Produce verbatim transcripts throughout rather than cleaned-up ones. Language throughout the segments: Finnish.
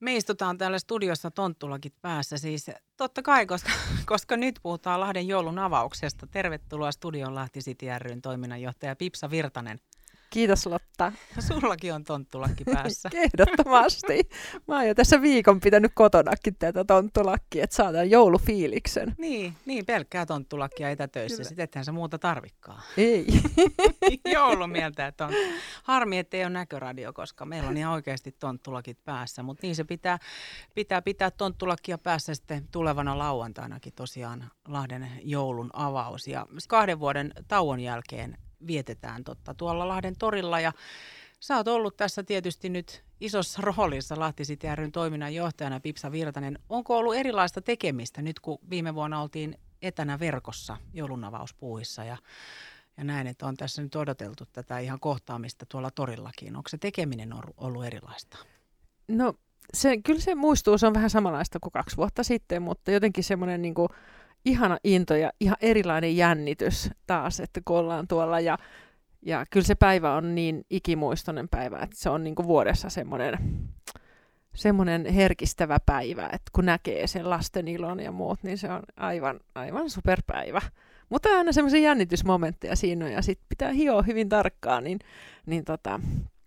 Me istutaan täällä studiossa tonttulakit päässä, siis totta kai, koska, koska nyt puhutaan Lahden joulun avauksesta. Tervetuloa studion Lahti City ry:n toiminnanjohtaja Pipsa Virtanen. Kiitos Lotta. Sullakin on tonttulakki päässä. Ehdottomasti. Mä oon jo tässä viikon pitänyt kotonakin tätä tonttulakkia, että saadaan joulufiiliksen. Niin, niin pelkkää tonttulakkia etätöissä, sitten ethän sä muuta tarvikkaa. Ei. Joulumieltä, että on. Harmi, ettei ole näköradio, koska meillä on ihan oikeasti tonttulakit päässä, mutta niin se pitää pitää, pitää tonttulakkia päässä sitten tulevana lauantainakin tosiaan Lahden joulun avaus. Ja kahden vuoden tauon jälkeen vietetään totta tuolla Lahden torilla ja sä oot ollut tässä tietysti nyt isossa roolissa Lahti City ry:n toiminnanjohtajana Pipsa Virtanen. Onko ollut erilaista tekemistä nyt kun viime vuonna oltiin etänä verkossa joulunavauspuuhissa ja, ja näin, että on tässä nyt odoteltu tätä ihan kohtaamista tuolla torillakin. Onko se tekeminen ollut erilaista? No se, kyllä se muistuu, se on vähän samanlaista kuin kaksi vuotta sitten, mutta jotenkin semmoinen niin kuin ihana into ja ihan erilainen jännitys taas, että kun ollaan tuolla ja, ja kyllä se päivä on niin ikimuistoinen päivä, että se on niin kuin vuodessa semmoinen, semmoinen herkistävä päivä, että kun näkee sen lasten ilon ja muut, niin se on aivan, aivan superpäivä. Mutta aina semmoisia jännitysmomentteja siinä on ja sitten pitää hioa hyvin tarkkaan, niin, niin tota,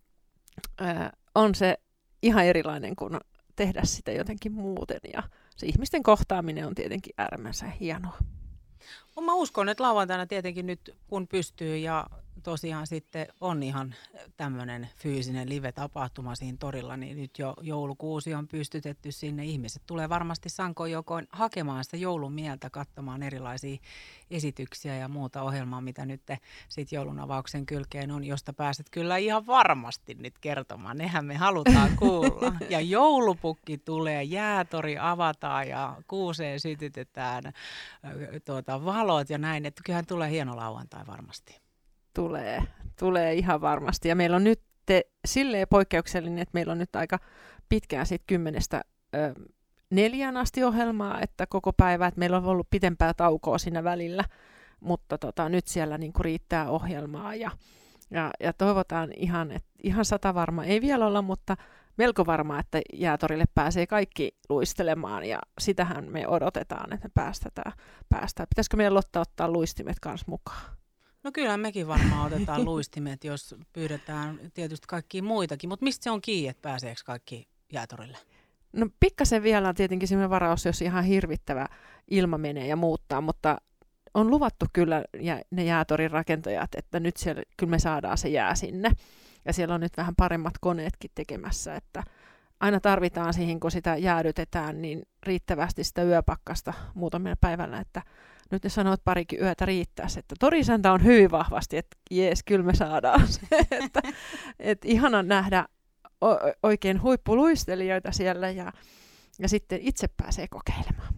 ää, on se ihan erilainen kuin tehdä sitä jotenkin muuten ja se ihmisten kohtaaminen on tietenkin äärimmäisen hienoa. Mä uskon, että lauantaina tietenkin nyt kun pystyy ja tosiaan sitten on ihan tämmöinen fyysinen live-tapahtuma siinä torilla, niin nyt jo joulukuusi on pystytetty sinne. Ihmiset tulee varmasti sankoin jokoin hakemaan sitä joulun mieltä, katsomaan erilaisia esityksiä ja muuta ohjelmaa, mitä nyt sitten joulun avauksen kylkeen on, josta pääset kyllä ihan varmasti nyt kertomaan. Nehän me halutaan kuulla. Ja joulupukki tulee, jäätori avataan ja kuuseen sytytetään tuota, valot ja näin, että kyllähän tulee hieno lauantai varmasti. Tulee, tulee ihan varmasti. Ja meillä on nyt te, silleen poikkeuksellinen, että meillä on nyt aika pitkään sitten kymmenestä ö, neljään asti ohjelmaa, että koko päivä, että meillä on ollut pitempää taukoa siinä välillä, mutta tota, nyt siellä niinku riittää ohjelmaa ja, ja, ja toivotaan ihan, että ihan sata varma, ei vielä olla, mutta melko varma, että jäätorille pääsee kaikki luistelemaan ja sitähän me odotetaan, että me päästetään, päästään. Pitäisikö meidän Lotta ottaa luistimet kanssa mukaan? No kyllä mekin varmaan otetaan luistimet, jos pyydetään tietysti kaikkia muitakin, mutta mistä se on kiinni, että pääseekö kaikki jäätorille? No pikkasen vielä on tietenkin sellainen varaus, jos ihan hirvittävä ilma menee ja muuttaa, mutta on luvattu kyllä ne jäätorin rakentajat, että nyt siellä, kyllä me saadaan se jää sinne. Ja siellä on nyt vähän paremmat koneetkin tekemässä, että aina tarvitaan siihen, kun sitä jäädytetään, niin riittävästi sitä yöpakkasta muutamia päivällä, että nyt ne sanoo, että parikin yötä riittäisi, että torisäntä on hyvin vahvasti, että jees, kyllä me saadaan se. että, että ihana nähdä o- oikein huippuluistelijoita siellä ja, ja sitten itse pääsee kokeilemaan.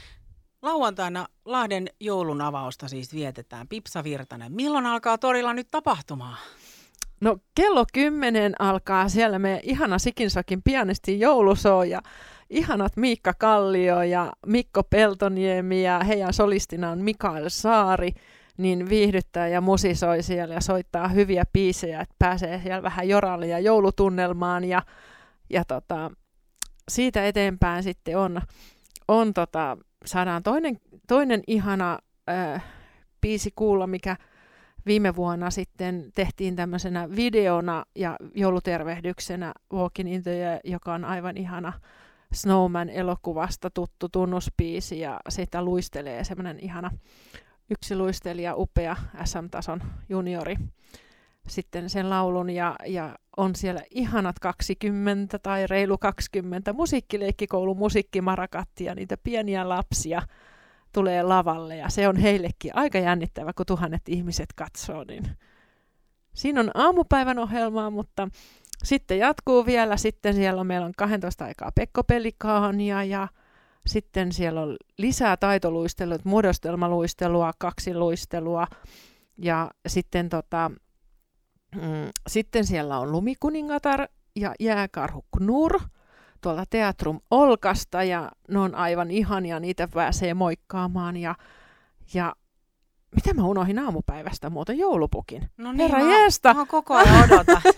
Lauantaina Lahden joulun avausta siis vietetään. Pipsa Virtanen, milloin alkaa torilla nyt tapahtumaan? No kello kymmenen alkaa siellä meidän ihana Sikinsokin pianisti joulusoo ja ihanat Miikka Kallio ja Mikko Peltoniemi ja heidän solistina on Mikael Saari, niin viihdyttää ja musisoi siellä ja soittaa hyviä biisejä, että pääsee siellä vähän joralle ja joulutunnelmaan ja, ja tota, siitä eteenpäin sitten on, on tota, saadaan toinen, toinen ihana äh, biisi kuulla, mikä viime vuonna sitten tehtiin tämmöisenä videona ja joulutervehdyksenä Walking in the Year, joka on aivan ihana Snowman-elokuvasta tuttu tunnuspiisi ja sitä luistelee semmoinen ihana yksi luistelija, upea S M-tason juniori sitten sen laulun ja, ja on siellä ihanat kaksikymmentä tai reilu kaksikymmentä musiikkileikkikoulun musiikkimarakattia, niitä pieniä lapsia tulee lavalle ja se on heillekin aika jännittävä, kun tuhannet ihmiset katsoo. Niin siinä on aamupäivän ohjelmaa, mutta sitten jatkuu vielä. Sitten siellä on, meillä on kaksitoista aikaa Pekko Pelikaania ja sitten siellä on lisää taitoluistelua, muodostelmaluistelua, kaksiluistelua ja sitten, tota, mm, sitten siellä on Lumikuningatar ja Jääkarhu Knur tuolta Teatrum Olkasta ja ne on aivan ihania, niitä pääsee moikkaamaan ja, ja mitä mä unohdin aamupäivästä muuten joulupukin? No niin, Herra mä, jeesta! mä koko ajan odotan.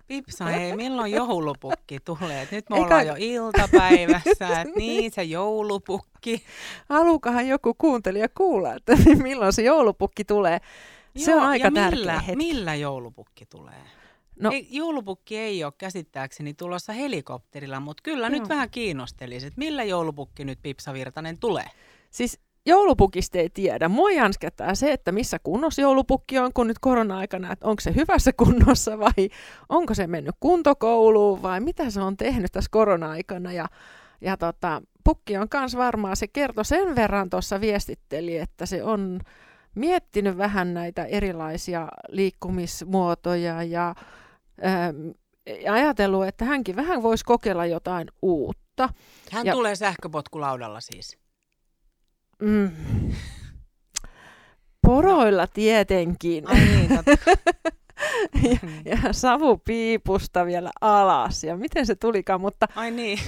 Pipsa, hei, milloin joulupukki tulee? Nyt me Eikä... ollaan jo iltapäivässä, että niin se joulupukki. Haluukohan joku kuuntelija kuulla, että milloin se joulupukki tulee? Se Joo, on aika ja tärkeä millä, hetki. millä joulupukki tulee? No, Ei, joulupukki ei ole käsittääkseni tulossa helikopterilla, mutta kyllä Joo. nyt vähän kiinnostelisi, että millä joulupukki nyt Pipsa Virtanen tulee? siis joulupukista ei tiedä. Mua jänskättää se, että missä kunnossa joulupukki on, kun nyt korona-aikana, että onko se hyvässä kunnossa vai onko se mennyt kuntokouluun vai mitä se on tehnyt tässä korona-aikana. Ja, ja tota, pukki on myös varmaan, se kertoi sen verran tuossa viestitteli, että se on miettinyt vähän näitä erilaisia liikkumismuotoja ja ää, ajatellut, että hänkin vähän voisi kokeilla jotain uutta. Hän ja, tulee sähköpotkulaudalla siis. Mm, poroilla tietenkin. Ai niin, totta. ja, ja savupiipusta vielä alas. Ja miten se tulikaan, mutta Ai niin.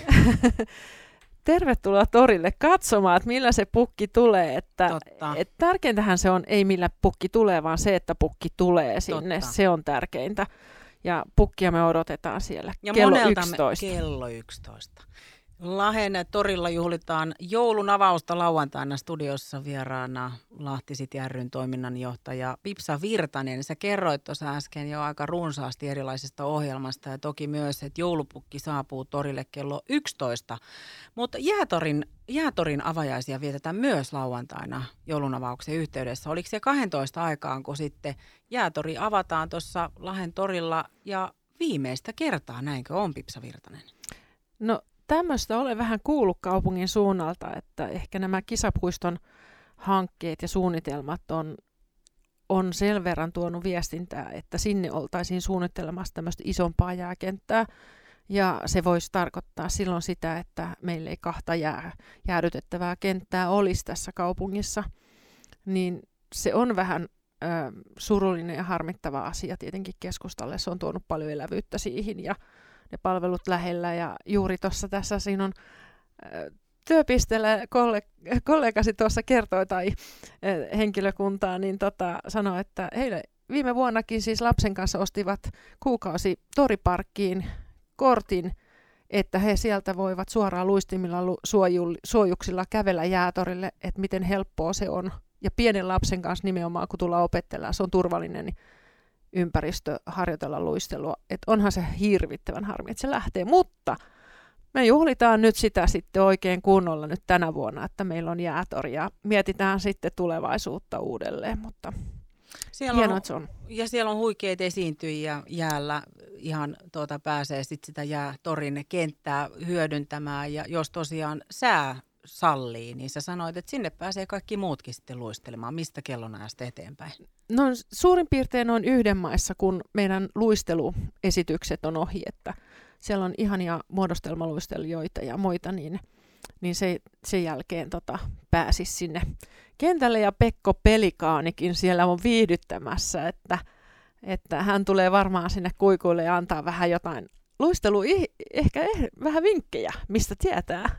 tervetuloa torille katsomaan, että millä se pukki tulee. Että, Totta. et tärkeintähän se on, ei millä pukki tulee, vaan se, että pukki tulee sinne. Totta. Se on tärkeintä. Ja pukkia me odotetaan siellä Ja kello monelta yksitoista. Me, kello yksitoista. Lahden torilla juhlitaan joulun avausta lauantaina studiossa vieraana Lahti City ry:n toiminnanjohtaja Pipsa Virtanen. Sä kerroit tuossa äsken jo aika runsaasti erilaisesta ohjelmasta ja toki myös, että joulupukki saapuu torille kello yksitoista. Mutta jäätorin, jäätorin avajaisia vietetään myös lauantaina joulunavauksen yhteydessä. Oliko se kaksitoista aikaan, kun sitten jäätori avataan tuossa Lahden torilla ja viimeistä kertaa, näinkö on Pipsa Virtanen? No, tämmöistä olen vähän kuullut kaupungin suunnalta, että ehkä nämä kisapuiston hankkeet ja suunnitelmat on, on sen verran tuonut viestintää, että sinne oltaisiin suunnittelemassa tämmöistä isompaa jääkenttää. Ja se voisi tarkoittaa silloin sitä, että meillä ei kahta jää, jäädytettävää kenttää olisi tässä kaupungissa. Niin se on vähän ö, surullinen ja harmittava asia tietenkin keskustalle. Se on tuonut paljon elävyyttä siihen ja ne palvelut lähellä ja juuri tuossa tässä siinä on äh, työpisteellä kolleg- kollegasi tuossa kertoi tai äh, henkilökuntaa, niin tota, sanoi, että heille viime vuonnakin siis lapsen kanssa ostivat kuukausi toriparkkiin kortin, että he sieltä voivat suoraan luistimilla lu- suoju- suojuksilla kävellä jäätorille, että miten helppoa se on. Ja pienen lapsen kanssa nimenomaan, kun tullaan opettelemaan, se on turvallinen, niin ympäristö harjoitella luistelua. Että onhan se hirvittävän harmi, että se lähtee. Mutta me juhlitaan nyt sitä sitten oikein kunnolla nyt tänä vuonna, että meillä on jäätori ja mietitään sitten tulevaisuutta uudelleen. Mutta siellä hienoa, on, että se on. Ja siellä on huikeita esiintyjiä jäällä. Ihan tuota, pääsee sitten sitä jäätorin kenttää hyödyntämään. Ja jos tosiaan sää sallii, niin sä sanoit, että sinne pääsee kaikki muutkin sitten luistelemaan. Mistä kellonajasta eteenpäin? No suurin piirtein noin yhden maissa, kun meidän luisteluesitykset on ohi, että siellä on ihania muodostelmaluistelijoita ja muita, niin, niin se, sen jälkeen tota, pääsisi sinne kentälle. Ja Pekko Pelikaanikin siellä on viihdyttämässä, että, että hän tulee varmaan sinne kuikuille ja antaa vähän jotain luistelu, ehkä eh, vähän vinkkejä, mistä tietää.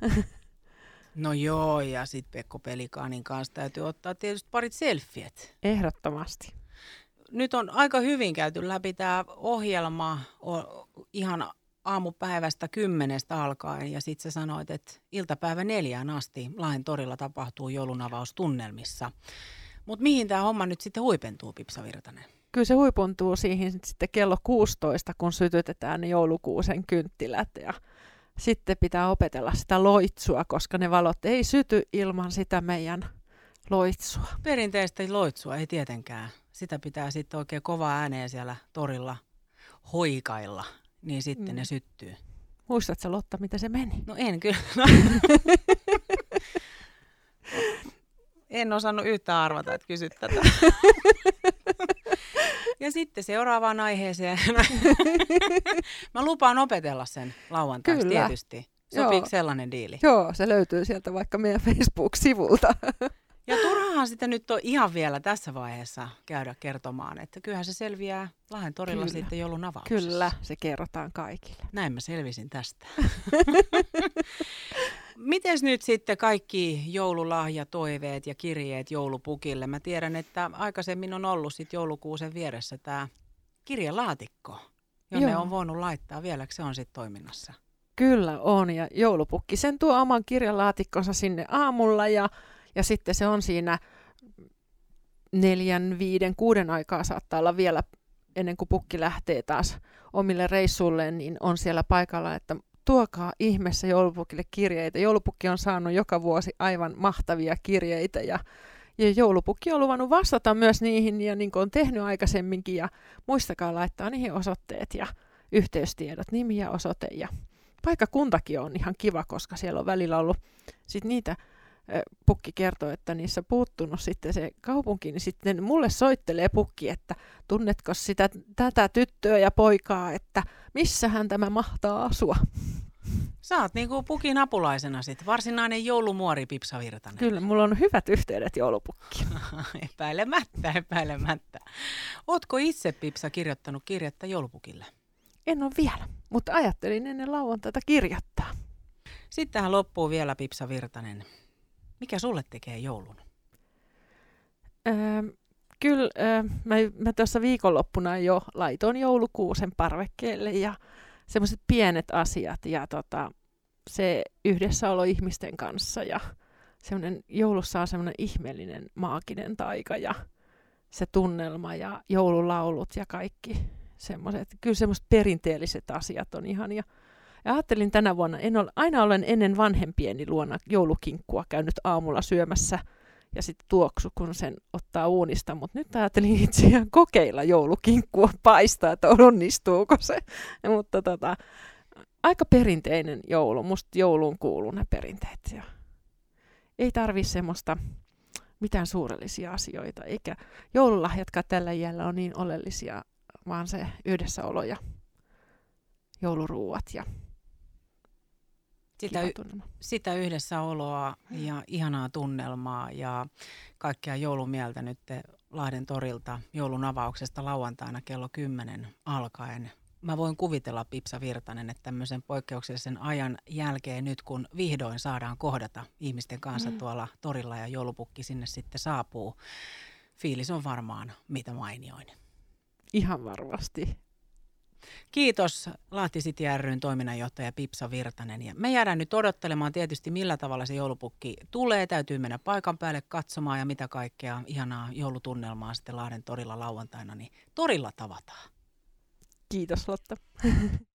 No joo, ja sitten Pekko Pelikaanin kanssa täytyy ottaa tietysti parit selfiet. Ehdottomasti. Nyt on aika hyvin käyty läpi tämä ohjelma o, ihan aamupäivästä kymmenestä alkaen, ja sitten sä sanoit, että iltapäivä neljään asti Lahden torilla tapahtuu joulunavaustunnelmissa. Mutta mihin tämä homma nyt sitten huipentuu, Pipsa Virtanen? Kyllä se huipuntuu siihen sitten kello kuusitoista, kun sytytetään ne joulukuusen kynttilät ja sitten pitää opetella sitä loitsua, koska ne valot ei syty ilman sitä meidän loitsua. Perinteistä loitsua ei tietenkään. Sitä pitää sitten oikein kovaa ääneen siellä torilla hoikailla, niin sitten mm. ne syttyy. Muistatko Lotta, mitä se meni? No en kyllä. En osannut yhtään arvata, että kysyt tätä. Ja sitten seuraavaan aiheeseen. Mä lupaan opetella sen lauantaiksi tietysti. Sopiiko sellainen diili? Joo, se löytyy sieltä vaikka meidän Facebook-sivulta. Ja turhahan sitä nyt on ihan vielä tässä vaiheessa käydä kertomaan, että kyllähän se selviää Lahden torilla Kyllä. sitten joulun avauksessa. Kyllä, se kerrotaan kaikille. Näin mä selvisin tästä. Mites nyt sitten kaikki joululahjatoiveet ja kirjeet joulupukille? Mä tiedän, että aikaisemmin on ollut sitten joulukuusen vieressä tämä kirjelaatikko, jonne Joo. on voinut laittaa. Vieläkö se on sitten toiminnassa? Kyllä on, ja joulupukki sen tuo oman kirjalaatikkonsa sinne aamulla, ja, ja sitten se on siinä neljän, viiden, kuuden aikaa saattaa olla vielä ennen kuin pukki lähtee taas omille reissuilleen, niin on siellä paikalla, että tuokaa ihmeessä joulupukille kirjeitä. Joulupukki on saanut joka vuosi aivan mahtavia kirjeitä, ja, ja joulupukki on luvannut vastata myös niihin, ja niin kuin on tehnyt aikaisemminkin, ja muistakaa laittaa niihin osoitteet ja yhteystiedot, nimi ja osoite, ja paikkakuntakin on ihan kiva, koska siellä on välillä ollut sit niitä, pukki kertoo, että niissä puuttunut sitten se kaupunki, niin sitten mulle soittelee pukki, että tunnetko sitä tätä tyttöä ja poikaa, että missähän tämä mahtaa asua. Sä oot niinku pukin apulaisena sit, varsinainen joulumuori Pipsa Virtanen. Kyllä, mulla on hyvät yhteydet joulupukkiin. Epäilemättä, epäilemättä. Ootko itse, Pipsa, kirjoittanut kirjettä joulupukille? En ole vielä, mutta ajattelin ennen lauantaita kirjoittaa. Sitten tähän loppuu vielä, Pipsa Virtanen. Mikä sulle tekee joulun? Öö, kyllä, öö, mä, mä tuossa viikonloppuna jo laitoin joulukuusen parvekkeelle ja semmoiset pienet asiat ja tota, se yhdessäolo ihmisten kanssa ja semmoinen, joulussa on semmoinen ihmeellinen maaginen taika ja se tunnelma ja joululaulut ja kaikki semmoiset. Kyllä semmoiset perinteelliset asiat on ihania. Ja ajattelin tänä vuonna, en ole, aina olen ennen vanhempieni luona joulukinkkua käynyt aamulla syömässä ja sitten tuoksu, kun sen ottaa uunista. Mutta nyt ajattelin itse ihan kokeilla joulukinkkua paistaa, että onnistuuko se. Ja, mutta tota, aika perinteinen joulu. Musta jouluun kuuluu ne perinteet. Ja ei tarvitse semmoista mitään suurellisia asioita. Eikä joululahjatkaan tällä iällä on niin oleellisia, vaan se yhdessäolo ja jouluruuat ja Sitä, y- sitä yhdessäoloa ja ihanaa tunnelmaa ja kaikkea joulumieltä nyt Lahden torilta joulun avauksesta lauantaina kello kymmenen alkaen. Mä voin kuvitella, Pipsa Virtanen, että tämmöisen poikkeuksellisen ajan jälkeen nyt, kun vihdoin saadaan kohdata ihmisten kanssa mm. tuolla torilla ja joulupukki sinne sitten saapuu, fiilis on varmaan mitä mainioin. Ihan varmasti. Kiitos Lahti City ry:n toiminnanjohtaja Pipsa Virtanen. Ja me jäädään nyt odottelemaan tietysti, millä tavalla se joulupukki tulee. Täytyy mennä paikan päälle katsomaan ja mitä kaikkea ihanaa joulutunnelmaa sitten Lahden torilla lauantaina, niin torilla tavataan. Kiitos Lotta.